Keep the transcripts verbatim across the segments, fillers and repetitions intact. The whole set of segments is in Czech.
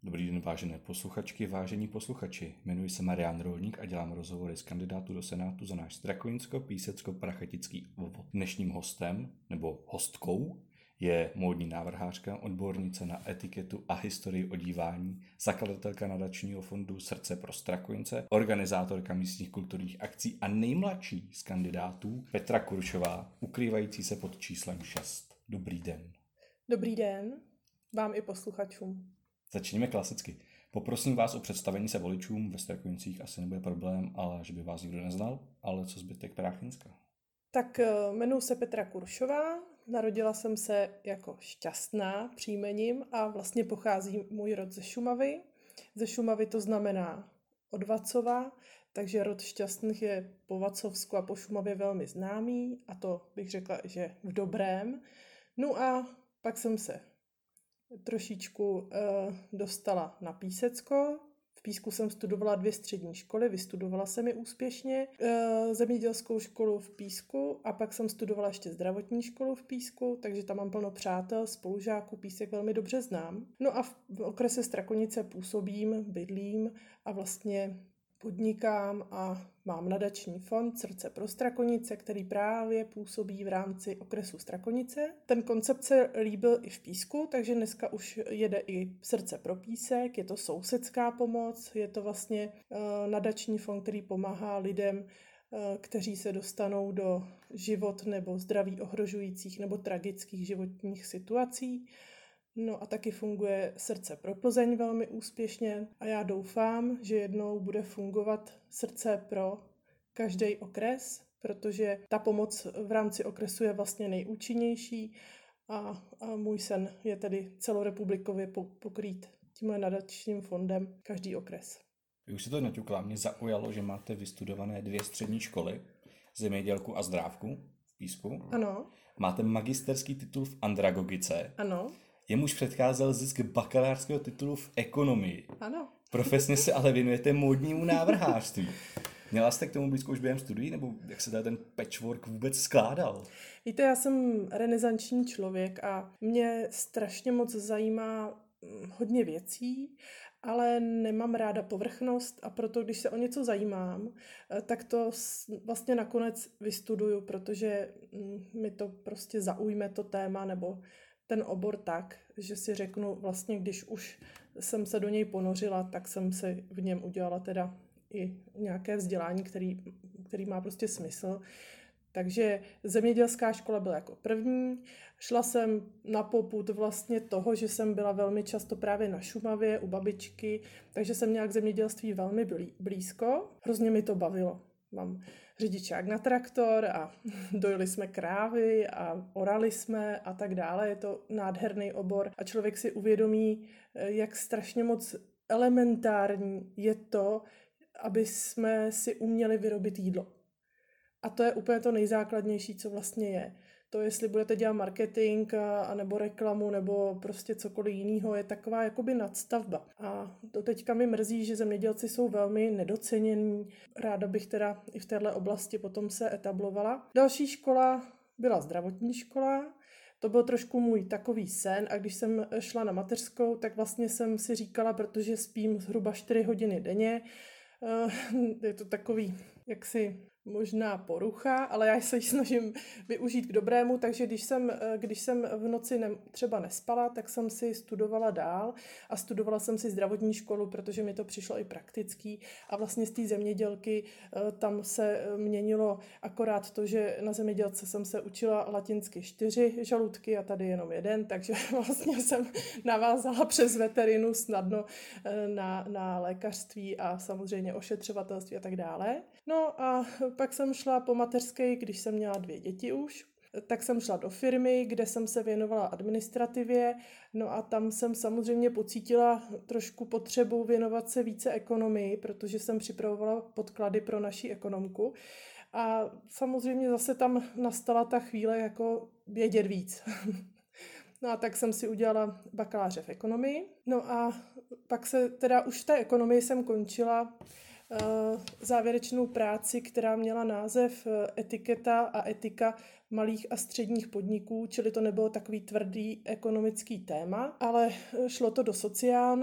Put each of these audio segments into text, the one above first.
Dobrý den, vážené posluchačky, vážení posluchači. Jmenuji se Marián Rolník a dělám rozhovory s kandidátů do Senátu za náš Strakonický-Písecko-Prachetický obvod. Dnešním hostem, nebo hostkou, je módní návrhářka, odbornice na etiketu a historii odívání, zakladatelka nadačního fondu Srdce pro Strakoňce, organizátorka místních kulturních akcí a nejmladší z kandidátů Petra Kuršová, ukrývající se pod číslem šest. Dobrý den. Dobrý den, vám i posluchačům. Začněme klasicky. Poprosím vás o představení se voličům, ve Strakonicích asi nebude problém, ale že by vás nikdo neznal, ale co zbytek Práchinska. Tak jmenuji se Petra Kuršová, narodila jsem se jako Šťastná příjmením a vlastně pochází můj rod ze Šumavy. Ze Šumavy to znamená od Vacova, takže rod Šťastných je po Vacovsku a po Šumavě velmi známý a to bych řekla, že v dobrém. No a pak jsem se trošičku e, dostala na Písecko. V Písku jsem studovala dvě střední školy, vystudovala jsem je úspěšně, e, zemědělskou školu v Písku a pak jsem studovala ještě zdravotní školu v Písku, takže tam mám plno přátel, spolužáků, Písek velmi dobře znám. No a v, v okrese Strakonice působím, bydlím a vlastně podnikám a mám nadační fond Srdce pro Strakonice, který právě působí v rámci okresu Strakonice. Ten koncept se líbil i v Písku, takže dneska už jede i Srdce pro Písek, je to sousedská pomoc, je to vlastně uh, nadační fond, který pomáhá lidem, uh, kteří se dostanou do život nebo zdraví ohrožujících nebo tragických životních situací. No a taky funguje Srdce pro Plzeň velmi úspěšně a já doufám, že jednou bude fungovat Srdce pro každý okres, protože ta pomoc v rámci okresu je vlastně nejúčinnější a, a můj sen je tedy celorepublikově pokrýt tímhle nadačním fondem každý okres. Vy už se to naťukla, mě zaujalo, že máte vystudované dvě střední školy, zemědělku a zdrávku v Písku. Ano. Máte magisterský titul v andragogice. Ano. Jemuž předcházel zisk bakalářského titulu v ekonomii. Ano. Profesně se ale věnujete módnímu návrhářství. Měla jste k tomu blízko už během studií, nebo jak se ten patchwork vůbec skládal? Víte, já jsem renesanční člověk a mě strašně moc zajímá hodně věcí, ale nemám ráda povrchnost a proto, když se o něco zajímám, tak to vlastně nakonec vystuduju, protože mi to prostě zaujme to téma nebo ten obor tak, že si řeknu vlastně, když už jsem se do něj ponořila, tak jsem si v něm udělala teda i nějaké vzdělání, který, který má prostě smysl. Takže zemědělská škola byla jako první. Šla jsem na popud vlastně toho, že jsem byla velmi často právě na Šumavě u babičky, takže jsem měla k zemědělství velmi blízko. Hrozně mi to bavilo. Mám řidičák na traktor a dojeli jsme krávy a orali jsme a tak dále. Je to nádherný obor a člověk si uvědomí, jak strašně moc elementární je to, aby jsme si uměli vyrobit jídlo. A to je úplně to nejzákladnější, co vlastně je. To, jestli budete dělat marketing a, a nebo reklamu nebo prostě cokoliv jiného, je taková jakoby nadstavba. A to teďka mi mrzí, že zemědělci jsou velmi nedocenění. Ráda bych teda i v téhle oblasti potom se etablovala. Další škola byla zdravotní škola. To byl trošku můj takový sen a když jsem šla na mateřskou, tak vlastně jsem si říkala, protože spím zhruba čtyři hodiny denně, je to takový jaksi možná porucha, ale já se ji snažím využít k dobrému, takže když jsem, když jsem v noci ne, třeba nespala, tak jsem si studovala dál a studovala jsem si zdravotní školu, protože mi to přišlo i praktický a vlastně z té zemědělky tam se měnilo akorát to, že na zemědělce jsem se učila latinsky čtyři žaludky a tady jenom jeden, takže vlastně jsem navázala přes veterinu snadno na, na lékařství a samozřejmě ošetřovatelství a tak dále. No a pak jsem šla po mateřské, když jsem měla dvě děti už, tak jsem šla do firmy, kde jsem se věnovala administrativě, no a tam jsem samozřejmě pocítila trošku potřebu věnovat se více ekonomii, protože jsem připravovala podklady pro naši ekonomku a samozřejmě zase tam nastala ta chvíle jako vědět víc. No a tak jsem si udělala bakaláře v ekonomii, no a pak se teda už v té ekonomii jsem končila závěrečnou práci, která měla název Etiketa a etika malých a středních podniků, čili to nebylo takový tvrdý ekonomický téma, ale šlo to do sociálna,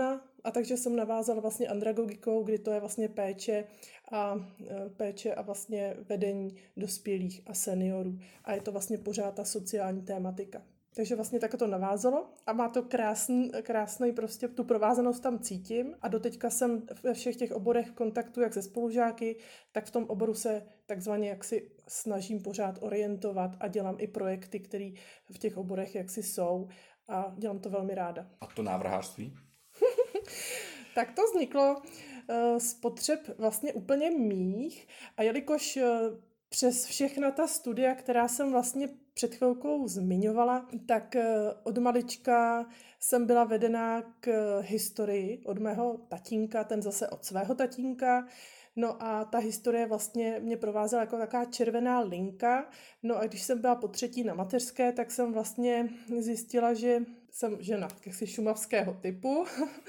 a takže jsem navázala vlastně andragogikou, kdy to je vlastně péče a, péče a vlastně vedení dospělých a seniorů. A je to vlastně pořád ta sociální tématika. Takže vlastně tak to navázalo a má to krásný, krásný prostě, tu provázanost tam cítím a doteďka jsem ve všech těch oborech v kontaktu jak se spolužáky, tak v tom oboru se takzvaně jaksi snažím pořád orientovat a dělám i projekty, které v těch oborech jaksi jsou a dělám to velmi ráda. A to návrhářství? Tak to vzniklo uh, z potřeb vlastně úplně mých a jelikož uh, přes všechna ta studia, která jsem vlastně před chvilkou zmiňovala, tak od malička jsem byla vedená k historii od mého tatínka, ten zase od svého tatínka. No a ta historie vlastně mě provázela jako taková červená linka. No a když jsem byla po třetí na mateřské, tak jsem vlastně zjistila, že jsem žena jaksi šumavského typu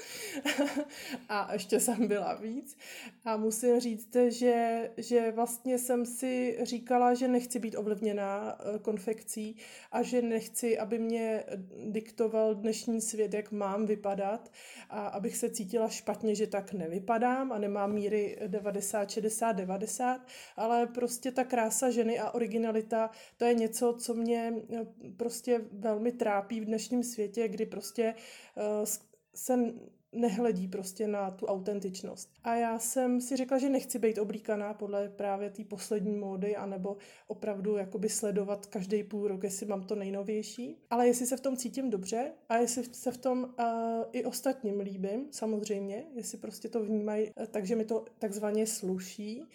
a ještě jsem byla víc. A musím říct, že, že vlastně jsem si říkala, že nechci být ovlivněná konfekcí a že nechci, aby mě diktoval dnešní svět, jak mám vypadat a abych se cítila špatně, že tak nevypadám a nemám míry devadesát, šedesát, devadesát, ale prostě ta krása ženy a originalita, to je něco, co mě prostě velmi trápí v dnešním světě, kdy prostě uh, se nehledí prostě na tu autentičnost. A já jsem si řekla, že nechci být oblíkaná podle právě té poslední módy, anebo opravdu jakoby sledovat každý půl rok, jestli mám to nejnovější, ale jestli se v tom cítím dobře a jestli se v tom uh, i ostatním líbím, samozřejmě, jestli prostě to vnímají, takže mi to takzvaně sluší.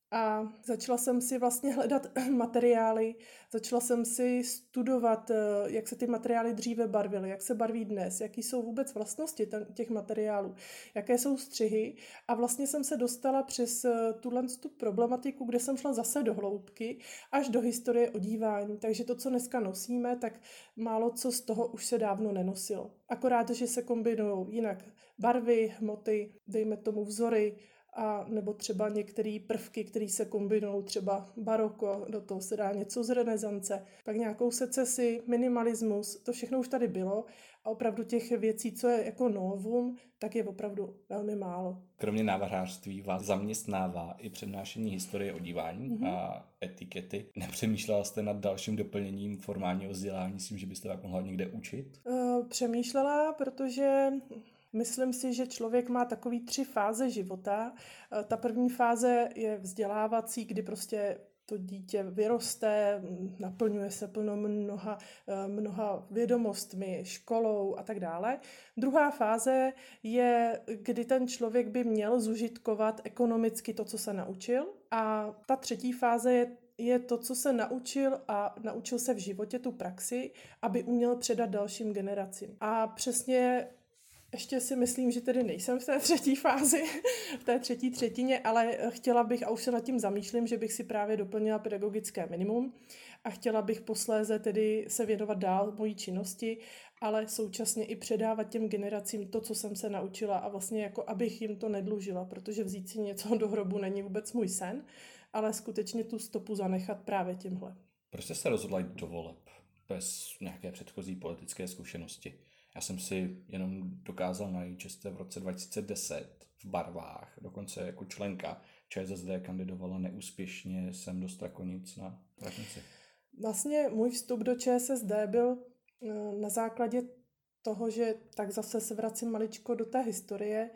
A začala jsem si vlastně hledat materiály, začala jsem si studovat, jak se ty materiály dříve barvily, jak se barví dnes, jaký jsou vůbec vlastnosti těch materiálů, jaké jsou střihy a vlastně jsem se dostala přes tuhle tu problematiku, kde jsem šla zase do hloubky, až do historie odívání. Takže to, co dneska nosíme, tak málo co z toho už se dávno nenosilo. Akorát, že se kombinují jinak barvy, hmoty, dejme tomu vzory, a nebo třeba některé prvky, které se kombinují, třeba baroko, do toho se dá něco z renesance, pak nějakou secesi, minimalismus, to všechno už tady bylo a opravdu těch věcí, co je jako novum, tak je opravdu velmi málo. Kromě návrhářství vás zaměstnává i přednášení historie odívání mm-hmm. a etikety. Nepřemýšlela jste nad dalším doplněním formálního vzdělání s tím, že byste tak mohla někde učit? Uh, přemýšlela, protože myslím si, že člověk má takový tři fáze života. Ta první fáze je vzdělávací, kdy prostě to dítě vyroste, naplňuje se plno mnoha, mnoha vědomostmi, školou a tak dále. Druhá fáze je, kdy ten člověk by měl zužitkovat ekonomicky to, co se naučil. A ta třetí fáze je je to, co se naučil a naučil se v životě tu praxi, aby uměl předat dalším generacím. A přesně ještě si myslím, že tedy nejsem v té třetí fázi, v té třetí třetině, ale chtěla bych, a už se nad tím zamýšlím, že bych si právě doplnila pedagogické minimum a chtěla bych posléze tedy se věnovat dál mojí činnosti, ale současně i předávat těm generacím to, co jsem se naučila a vlastně jako abych jim to nedlužila, protože vzít si něco do hrobu není vůbec můj sen, ale skutečně tu stopu zanechat právě tímhle. Proč jste se rozhodla jít do voleb bez nějaké předchozí politické zkušenosti? Já jsem si jenom dokázal najít, že jste v roce dva tisíce deset v barvách, dokonce jako členka ČSSD kandidovala neúspěšně sem do Strakonic na radnici. Vlastně můj vstup do ČSSD byl na základě toho, že tak zase se vracím maličko do té historie.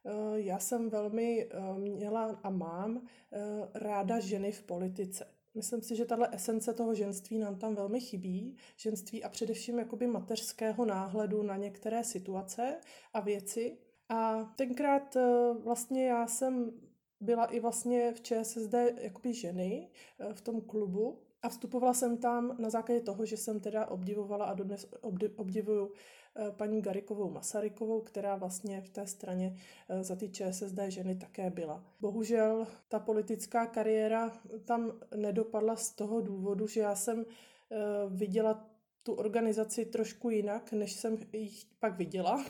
Já jsem velmi měla a mám ráda ženy v politice. Myslím si, že tahle esence toho ženství nám tam velmi chybí. Ženství a především jakoby mateřského náhledu na některé situace a věci. A tenkrát vlastně já jsem byla i vlastně v ČSSD jakoby ženy v tom klubu a vstupovala jsem tam na základě toho, že jsem teda obdivovala a dodnes obdivuju paní Garikovou Masarykovou, která vlastně v té straně za ty ČSSD ženy také byla. Bohužel ta politická kariéra tam nedopadla z toho důvodu, že já jsem viděla tu organizaci trošku jinak, než jsem ji pak viděla.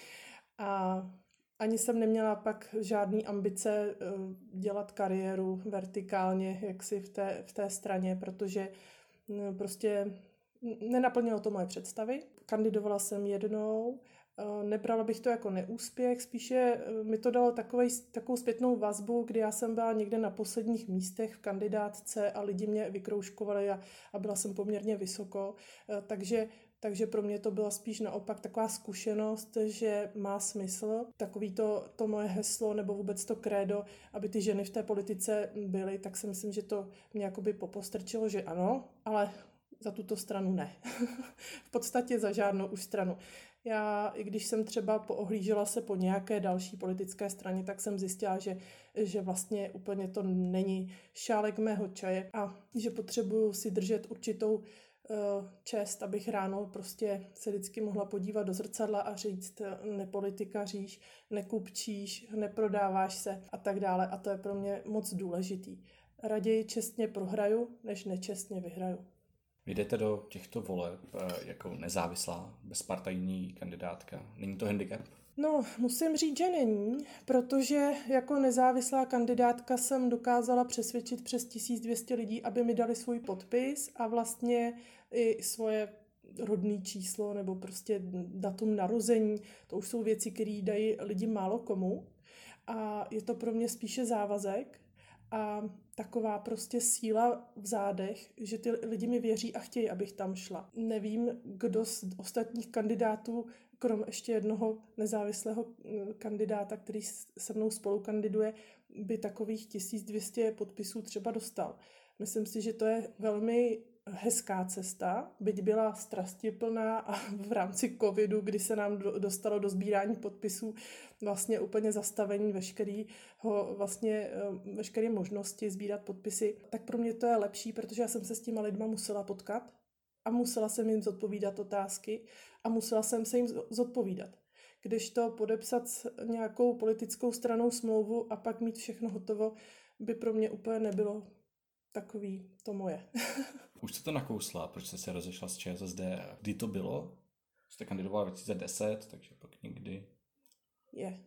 A ani jsem neměla pak žádný ambice dělat kariéru vertikálně, jaksi v té, v té straně, protože prostě nenaplnilo to moje představy. Kandidovala jsem jednou Nebrala bych to jako neúspěch, spíše mi to dalo takovej, takovou zpětnou vazbu, kdy já jsem byla někde na posledních místech v kandidátce a lidi mě vykroužkovali a, a byla jsem poměrně vysoko, takže Takže pro mě to byla spíš naopak taková zkušenost, že má smysl takový to, to moje heslo nebo vůbec to krédo, aby ty ženy v té politice byly, tak si myslím, že to mě jakoby popostrčilo, že ano, ale za tuto stranu ne. V podstatě za žádnou už stranu. Já, i když jsem třeba poohlížela se po nějaké další politické straně, tak jsem zjistila, že, že vlastně úplně to není šálek mého čaje a že potřebuju si držet určitou čest, abych ráno prostě se vždycky mohla podívat do zrcadla a říct, nepolitikaříš, nekupčíš, neprodáváš se a tak dále. A to je pro mě moc důležitý. Raději čestně prohraju, než nečestně vyhraju. Vy jdete do těchto voleb jako nezávislá, bezpartajní kandidátka. Není to handicap? No, musím říct, že není, protože jako nezávislá kandidátka jsem dokázala přesvědčit přes tisíc dvě stě lidí, aby mi dali svůj podpis a vlastně i svoje rodné číslo nebo prostě datum narození. To už jsou věci, které dají lidi málo komu a je to pro mě spíše závazek a taková prostě síla v zádech, že ty lidi mi věří a chtějí, abych tam šla. Nevím, kdo z ostatních kandidátů, krom ještě jednoho nezávislého kandidáta, který se mnou spolu kandiduje, by takových tisíc dvě stě podpisů třeba dostal. Myslím si, že to je velmi hezká cesta, byť byla strastiplná a v rámci covidu, kdy se nám dostalo do sbírání podpisů vlastně úplně zastavení veškerého, vlastně veškeré možnosti sbírat podpisy, tak pro mě to je lepší, protože já jsem se s těma lidma musela potkat a musela jsem jim zodpovídat otázky a musela jsem se jim zodpovídat. Když to podepsat s nějakou politickou stranou smlouvu a pak mít všechno hotovo, by pro mě úplně nebylo takový to moje. Už jste to nakousla, proč jste se rozešla z ČSSD? Kdy to bylo? Jste kandidovala v dva tisíce deset, takže pak někdy. Je.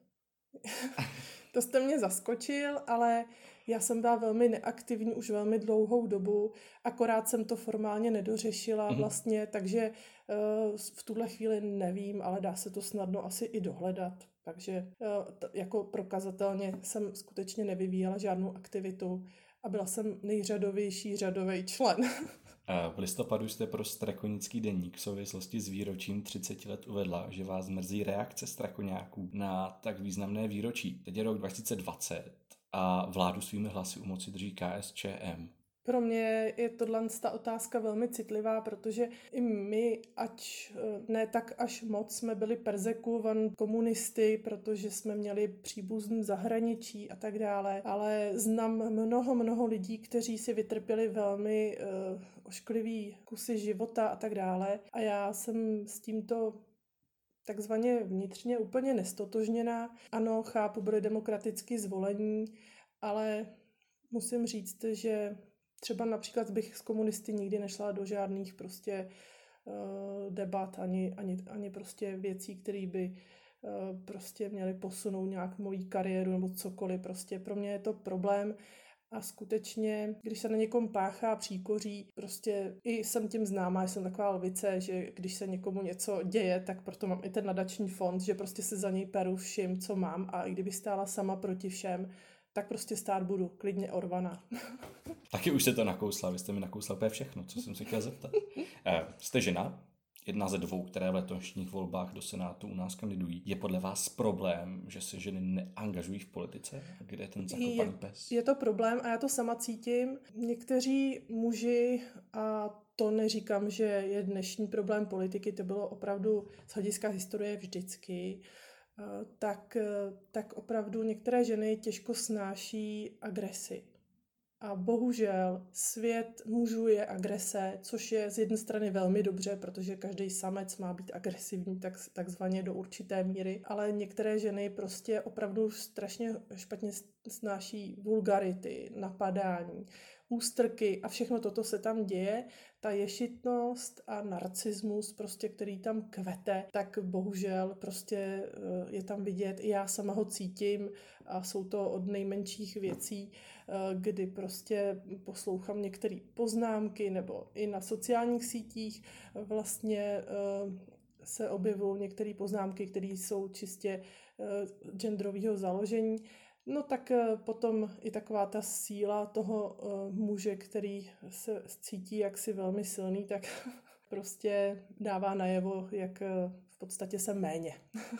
To jste mě zaskočil, ale já jsem byla velmi neaktivní už velmi dlouhou dobu, akorát jsem to formálně nedořešila vlastně, takže uh, v tuhle chvíli nevím, ale dá se to snadno asi i dohledat. Takže uh, t- jako prokazatelně jsem skutečně nevyvíjela žádnou aktivitu a byla jsem nejřadovější řadový člen. V listopadu jste pro Strakonický deník v souvislosti s výročím třicet let uvedla, že vás mrzí reakce Strakoňáků na tak významné výročí. Teď je rok dva tisíce dvacet a vládu svými hlasy u moci drží K S Č M. Pro mě je tohle ta otázka velmi citlivá, protože i my, ať ne tak až moc, jsme byli perzekvovaní komunisty, protože jsme měli příbuzný v zahraničí a tak dále, ale znám mnoho, mnoho lidí, kteří si vytrpěli velmi uh, ošklivý kusy života a tak dále a já jsem s tímto takzvaně vnitřně úplně nestotožněná. Ano, chápu, byli demokraticky zvolení, ale musím říct, že třeba například bych s komunisty nikdy nešla do žádných prostě uh, debat, ani, ani, ani prostě věcí, které by uh, prostě měly posunout nějak moji kariéru nebo cokoliv. Prostě pro mě je to problém a skutečně, když se na někom páchá příkoří, prostě i jsem tím známá, jsem taková lvice, že když se někomu něco děje, tak proto mám i ten nadační fond, že prostě se za něj peru všim, co mám a i kdyby stála sama proti všem, tak prostě stát budu klidně orvaná. Taky už jste to nakousla, vy jste mi nakousla úplně všechno, co jsem se chtěla zeptat. Eh, jste žena, jedna ze dvou, které v letošních volbách do Senátu u nás kandidují. Je podle vás problém, že se ženy neangažují v politice? Kde je ten zakopaný pes? Je, je to problém a já to sama cítím. Někteří muži, a to neříkám, že je dnešní problém politiky, to bylo opravdu z hlediska historie vždycky, tak, tak opravdu některé ženy těžko snáší agresi. A bohužel svět mužů je agrese, což je z jedné strany velmi dobře, protože každý samec má být agresivní tak, takzvaně do určité míry, ale některé ženy prostě opravdu strašně špatně snáší vulgarity, napadání, ústrky a všechno toto se tam děje. Ta ješitnost a narcismus, prostě, který tam kvete, tak bohužel prostě je tam vidět. I já sama ho cítím a jsou to od nejmenších věcí, kdy prostě poslouchám některé poznámky nebo i na sociálních sítích vlastně se objevují některé poznámky, které jsou čistě uh, genderového založení, no tak uh, potom i taková ta síla toho uh, muže, který se cítí jaksi velmi silný, tak prostě dává najevo, jak uh, v podstatě jsem méně.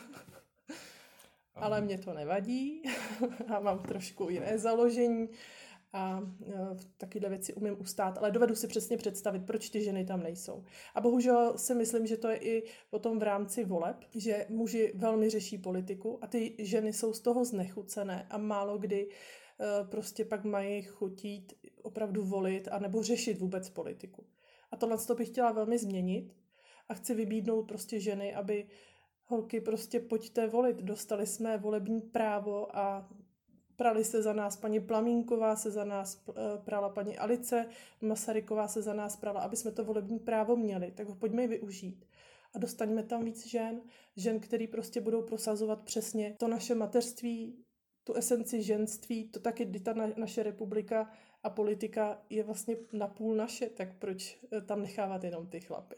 Ale mě to nevadí a mám trošku jiné založení a v takovéhle věci umím ustát, ale dovedu si přesně představit, proč ty ženy tam nejsou. A bohužel si myslím, že to je i potom v rámci voleb, že muži velmi řeší politiku a ty ženy jsou z toho znechucené a málo kdy prostě pak mají chutít opravdu volit a nebo řešit vůbec politiku. A tohle to bych chtěla velmi změnit a chci vybídnout prostě ženy, aby holky, prostě pojďte volit, dostali jsme volební právo a prali se za nás paní Plamínková, se za nás prala paní Alice, Masaryková se za nás prala, aby jsme to volební právo měli, tak ho pojďme využít. A dostaňme tam víc žen, žen, který prostě budou prosazovat přesně to naše mateřství, tu esenci ženství, to taky, kdy ta naše republika a politika je vlastně napůl naše, tak proč tam nechávat jenom ty chlapy?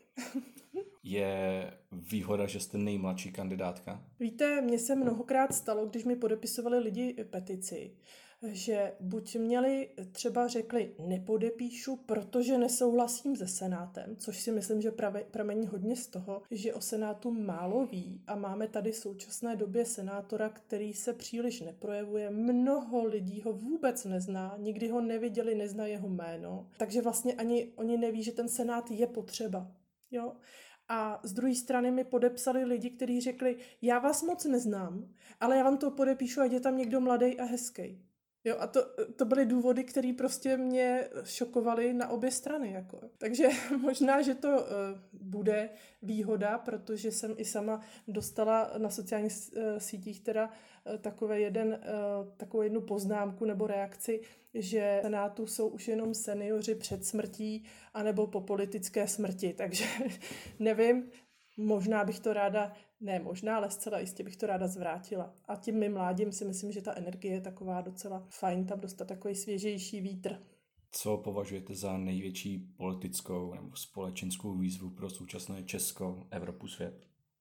Je výhoda, že jste nejmladší kandidátka? Víte, mně se mnohokrát stalo, když mi podepisovali lidi petici, že buď měli třeba řekli nepodepíšu, protože nesouhlasím se Senátem, což si myslím, že prave, pramení hodně z toho, že o Senátu málo ví a máme tady v současné době senátora, který se příliš neprojevuje, mnoho lidí ho vůbec nezná, nikdy ho neviděli, nezná jeho jméno, takže vlastně ani oni neví, že ten Senát je potřeba. Jo? A z druhé strany mi podepsali lidi, kteří řekli, já vás moc neznám, ale já vám to podepíšu, ať je tam někdo mladý a hezký. Jo, a to, to byly důvody, které prostě mě šokovaly na obě strany. Jako. Takže možná, že to uh, bude výhoda, protože jsem i sama dostala na sociálních uh, sítích teda uh, takové jeden, uh, takovou jednu poznámku nebo reakci, že v Senátu jsou už jenom seniori před smrtí anebo po politické smrti. Takže nevím, možná bych to ráda, ne možná, ale zcela jistě bych to ráda zvrátila. A tím mým mládím si myslím, že ta energie je taková docela fajn tam dostat takový svěžejší vítr. Co považujete za největší politickou nebo společenskou výzvu pro současné Česko, Evropu, svět?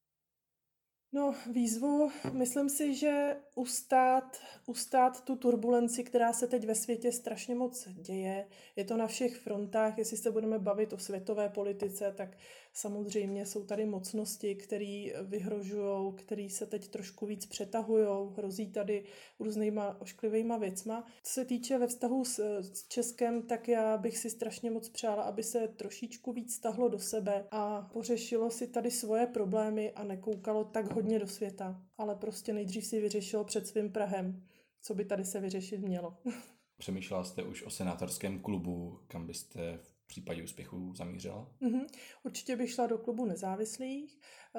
No, výzvu, myslím si, že ustát, ustát tu turbulenci, která se teď ve světě strašně moc děje. Je to na všech frontách, jestli se budeme bavit o světové politice, tak samozřejmě jsou tady mocnosti, které vyhrožují, které se teď trošku víc přetahují, hrozí tady různýma ošklivýma věcma. Co se týče ve vztahu s, s Českem, tak já bych si strašně moc přála, aby se trošičku víc stahlo do sebe a pořešilo si tady svoje problémy a nekoukalo tak hodně do světa, ale prostě nejdřív si vyřešilo před svým prahem, co by tady se vyřešit mělo. Přemýšlela jste už o senátorském klubu, kam byste v případě úspěchu zamířila? Mm-hmm. Určitě bych šla do klubu nezávislých,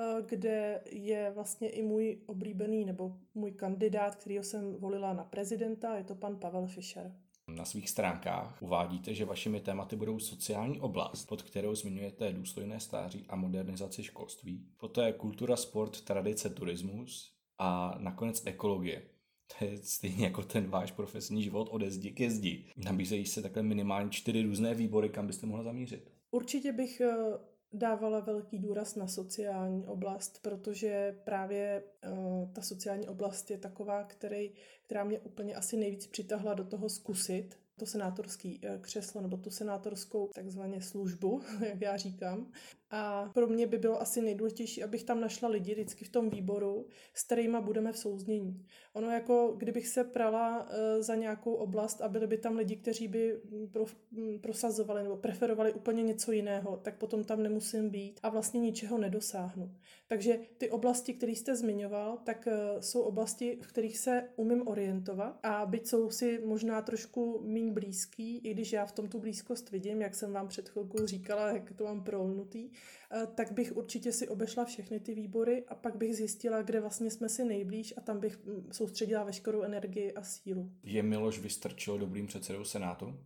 kde je vlastně i můj oblíbený nebo můj kandidát, kterýho jsem volila na prezidenta, je to pan Pavel Fischer. Na svých stránkách uvádíte, že vašimi tématy budou sociální oblast, pod kterou zmiňujete důstojné stáří a modernizaci školství, poté kultura, sport, tradice, turismus a nakonec ekologie. To je stejně jako ten váš profesní život ode zdi ke zdi. Nabízejí se takhle minimálně čtyři různé výbory, kam byste mohla zamířit. Určitě bych dávala velký důraz na sociální oblast, protože právě uh, ta sociální oblast je taková, který, která mě úplně asi nejvíc přitahla do toho zkusit to senátorské křeslo nebo tu senátorskou takzvaně službu, jak já říkám. A pro mě by bylo asi nejdůležitější, abych tam našla lidi vždycky v tom výboru, s kterýma budeme v souznění. Ono jako, kdybych se prala uh, za nějakou oblast a byli by tam lidi, kteří by pro, m, prosazovali nebo preferovali úplně něco jiného, tak potom tam nemusím být a vlastně ničeho nedosáhnu. Takže ty oblasti, které jste zmiňoval, tak uh, jsou oblasti, v kterých se umím orientovat a byť jsou si možná trošku méně blízký, i když já v tom tu blízkost vidím, jak jsem vám před chvilkou říkala, jak to mám prolnutý, tak bych určitě si obešla všechny ty výbory a pak bych zjistila, kde vlastně jsme si nejblíž a tam bych soustředila veškerou energii a sílu. Je Miloš Vystrčil dobrým předsedou Senátu?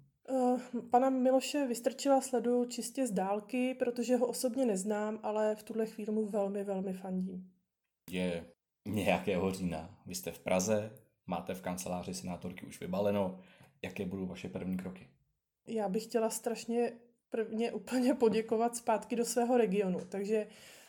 Pana Miloše Vystrčila sleduju čistě z dálky, protože ho osobně neznám, ale v tuhle chvíli mu velmi, velmi fandím. Je nějakého října. Vy jste v Praze, máte v kanceláři senátorky už vybaleno. Jaké budou vaše první kroky? Já bych chtěla strašně prvně úplně poděkovat zpátky do svého regionu. Takže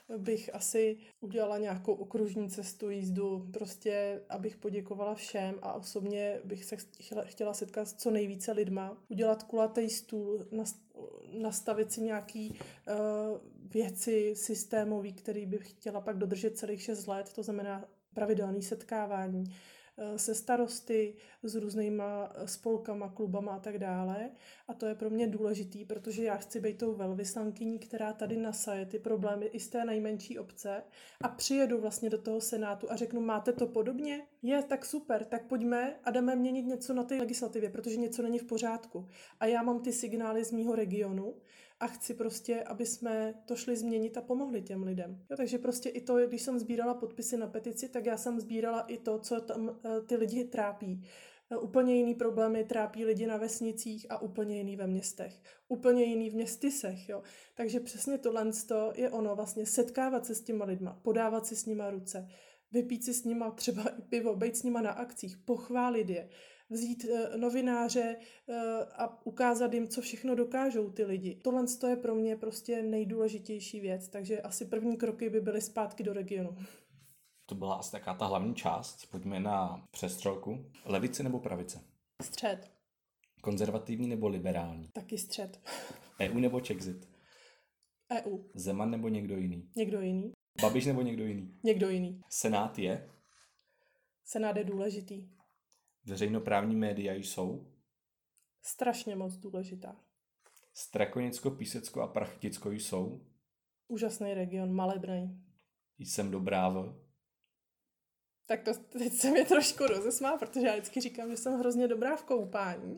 bych asi udělala nějakou okružní cestu, jízdu, prostě abych poděkovala všem a osobně bych se chtěla, chtěla setkat s co nejvíce lidma, udělat kulatý stůl, nastavit si nějaký uh, věci systémový, který bych chtěla pak dodržet celých šest let, to znamená pravidelné setkávání se starosty, s různýma spolkama, klubama a tak dále. A to je pro mě důležitý, protože já chci být tou velvyslankyní, která tady nasaje ty problémy i z té nejmenší obce a přijedu vlastně do toho senátu a řeknu, máte to podobně? Je, tak super, tak pojďme a jdeme měnit něco na té legislativě, protože něco není v pořádku. A já mám ty signály z mýho regionu a chci prostě, aby jsme to šli změnit a pomohli těm lidem. Jo, takže prostě i to, když jsem sbírala podpisy na petici, tak já jsem sbírala i to, co tam uh, ty lidi trápí. Uh, úplně jiný problémy trápí lidi na vesnicích a úplně jiný ve městech. Úplně jiný v městysech. Jo. Takže přesně tohle je ono, vlastně setkávat se s těma lidma, podávat si s nima ruce, vypít si s nima třeba i pivo, být s nima na akcích, pochválit je, vzít uh, novináře uh, a ukázat jim, co všechno dokážou ty lidi. Tohle je pro mě prostě nejdůležitější věc, takže asi první kroky by byly zpátky do regionu. To byla asi taká ta hlavní část. Pojďme na přestřelku. Levice nebo pravice? Střed. Konzervativní nebo liberální? Taky střed. E U nebo Czexit? E U. Zeman nebo někdo jiný? Někdo jiný. Babiš nebo někdo jiný? Někdo jiný. Senát je? Senát je důležitý. Veřejnoprávní média jsou? Strašně moc důležitá. Strakonicko, Písecko a Prachticko jsou? Úžasný region, malebnej. Jsem dobrá v? Tak to teď se mě trošku rozesmál, protože já vždycky říkám, že jsem hrozně dobrá v koupání.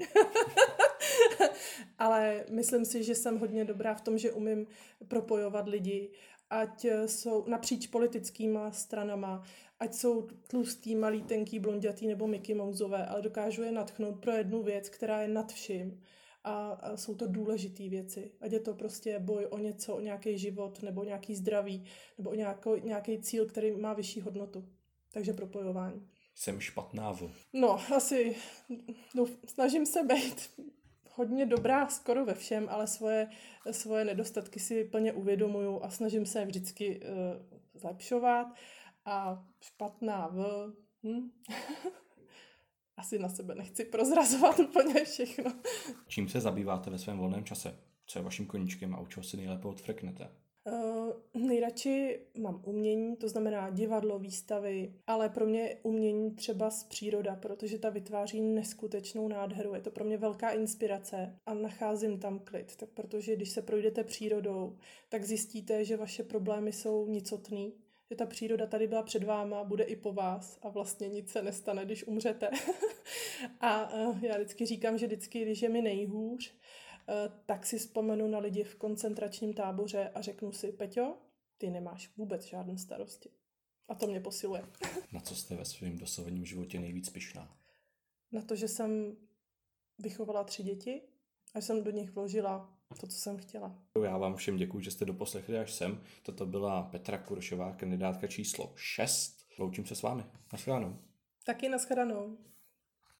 Ale myslím si, že jsem hodně dobrá v tom, že umím propojovat lidi, ať jsou napříč politickýma stranama, ať jsou tlustý, malý, tenký, blondětý nebo Mickey Mouseové, ale dokážu je nadchnout pro jednu věc, která je nad vším. A, a jsou to důležitý věci. Ať je to prostě boj o něco, o nějaký život, nebo nějaký zdraví, nebo o nějakou, nějaký cíl, který má vyšší hodnotu. Takže propojování. Jsem špatná v? No, asi no, snažím se být hodně dobrá skoro ve všem, ale svoje, svoje nedostatky si plně uvědomuju a snažím se vždycky uh, zlepšovat. A špatná v... Hm? Asi na sebe nechci prozrazovat úplně všechno. Čím se zabýváte ve svém volném čase? Co je vaším koníčkem a u čeho si nejlépe odfrknete? Uh, nejradši mám umění, to znamená divadlo, výstavy, ale pro mě je umění třeba z příroda, protože ta vytváří neskutečnou nádheru. Je to pro mě velká inspirace a nacházím tam klid. Tak protože když se projdete přírodou, tak zjistíte, že vaše problémy jsou nicotný, že ta příroda tady byla před váma, bude i po vás a vlastně nic se nestane, když umřete. A uh, já vždycky říkám, že vždycky, když je mi nejhůř, uh, tak si vzpomenu na lidi v koncentračním táboře a řeknu si, Peťo, ty nemáš vůbec žádné starosti. A to mě posiluje. Na co jste ve svém dosavadním životě nejvíc pyšná? Na to, že jsem vychovala tři děti a jsem do nich vložila to, co jsem chtěla. Já vám všem děkuji, že jste doposlechli až sem. Toto byla Petra Kurošová, kandidátka číslo šest. Loučím se s vámi. Naschledanou. Taky naschledanou.